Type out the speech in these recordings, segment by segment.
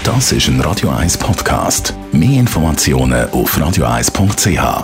Das ist ein Radio 1 Podcast. Mehr Informationen auf radio1.ch.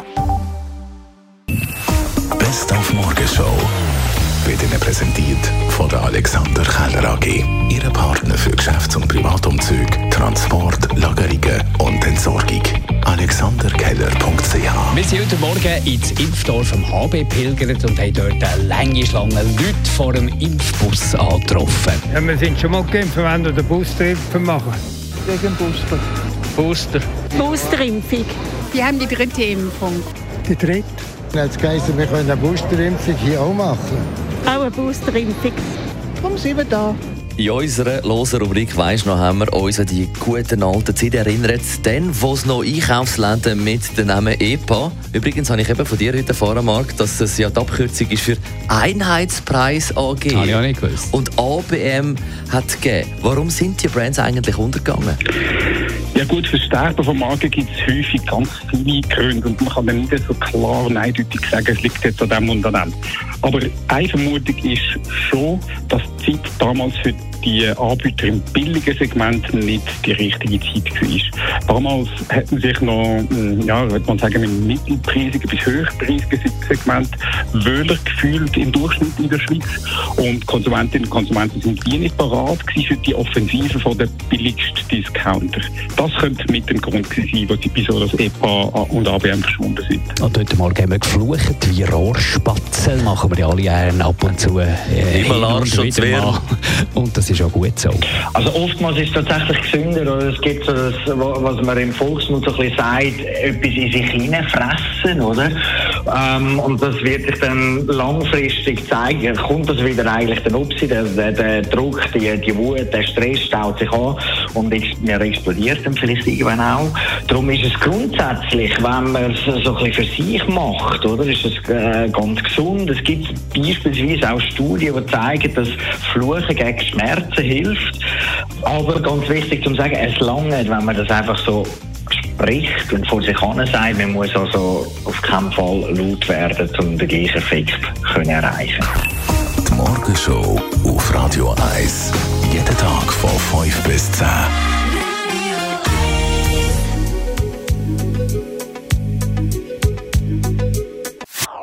Best auf Morgenshow wird Ihnen präsentiert von der Alexander Keller AG. Ihre Partner für Geschäfts- und Privatumzüge, Transport, Lagerungen und Entsorgung. alexanderkeller.ch. Wir sind heute Morgen ins Impfdorf am HB pilgert und haben dort eine lange Schlange Leute vor dem Impfbus angetroffen. Ja, wir sind schon mal geimpft, wenn wir den Boosterimpfen machen. Wegen Booster. Boosterimpfung. Wir haben die dritte Impfung. Die dritte. Jetzt geheißen, wir können eine Boosterimpfung hier auch machen. Auch eine Boosterimpfung. Warum sind wir da? In unserer losen Rubrik «Weisst noch» haben wir uns an die guten alten Zeit erinnert, dann, wo es noch Einkaufsläden mit dem Namen EPA. Übrigens habe ich eben von dir heute erfahren, Marc, dass es ja die Abkürzung ist für Einheitspreis AG. Habe ich auch nicht gewusst. Und ABM hat gegeben. Warum sind die Brands eigentlich untergegangen? Ja gut, für das Sterben von Marken gibt es häufig ganz viele Gründe und man kann dann nicht so klar und eindeutig sagen, es liegt jetzt an dem und an dem. Aber eine Vermutung ist schon, dass die Zeit damals für die Anbieter im billigen Segment nicht die richtige Zeit war. Damals hat man sich noch, würde man sagen, im mittelpreisigen bis hochpreisigen Segment wohler gefühlt im Durchschnitt in der Schweiz. Und Konsumentinnen und Konsumenten sind nicht parat gewesen für die Offensive von den billigsten Discounter. Das könnte mit dem Grund sein, wieso das EPA und ABM verschwunden sind. Und heute Morgen haben wir geflucht wie Rohrspatzel. Machen wir ja alle gerne ab und zu. Arsch und Zwirn. Und das ist auch gut so. Also oftmals ist es tatsächlich gesünder. Oder es gibt so das, was man im Volksmund so ein bisschen sagt, etwas in sich hineinfressen, oder? Und das wird sich dann langfristig zeigen. Kommt das wieder eigentlich dann auf sich, der Druck, die Wut, der Stress staut sich an und wir explodiert dann vielleicht irgendwann auch. Darum ist es grundsätzlich, wenn man es so ein bisschen für sich macht, oder, ist es ganz gesund. Es gibt beispielsweise auch Studien, die zeigen, dass Fluchen gegen Schmerzen hilft. Aber ganz wichtig zu sagen, es langt, wenn man das einfach so spricht und vor sich hin sagt, man muss also auf keinen Fall laut werden, um den gleichen Effekt zu erreichen. Die Morgenshow auf Radio 1. Jeden Tag von 5 bis 10.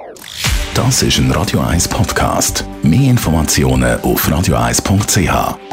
Das ist ein Radio 1 Podcast. Mehr Informationen auf radio1.ch.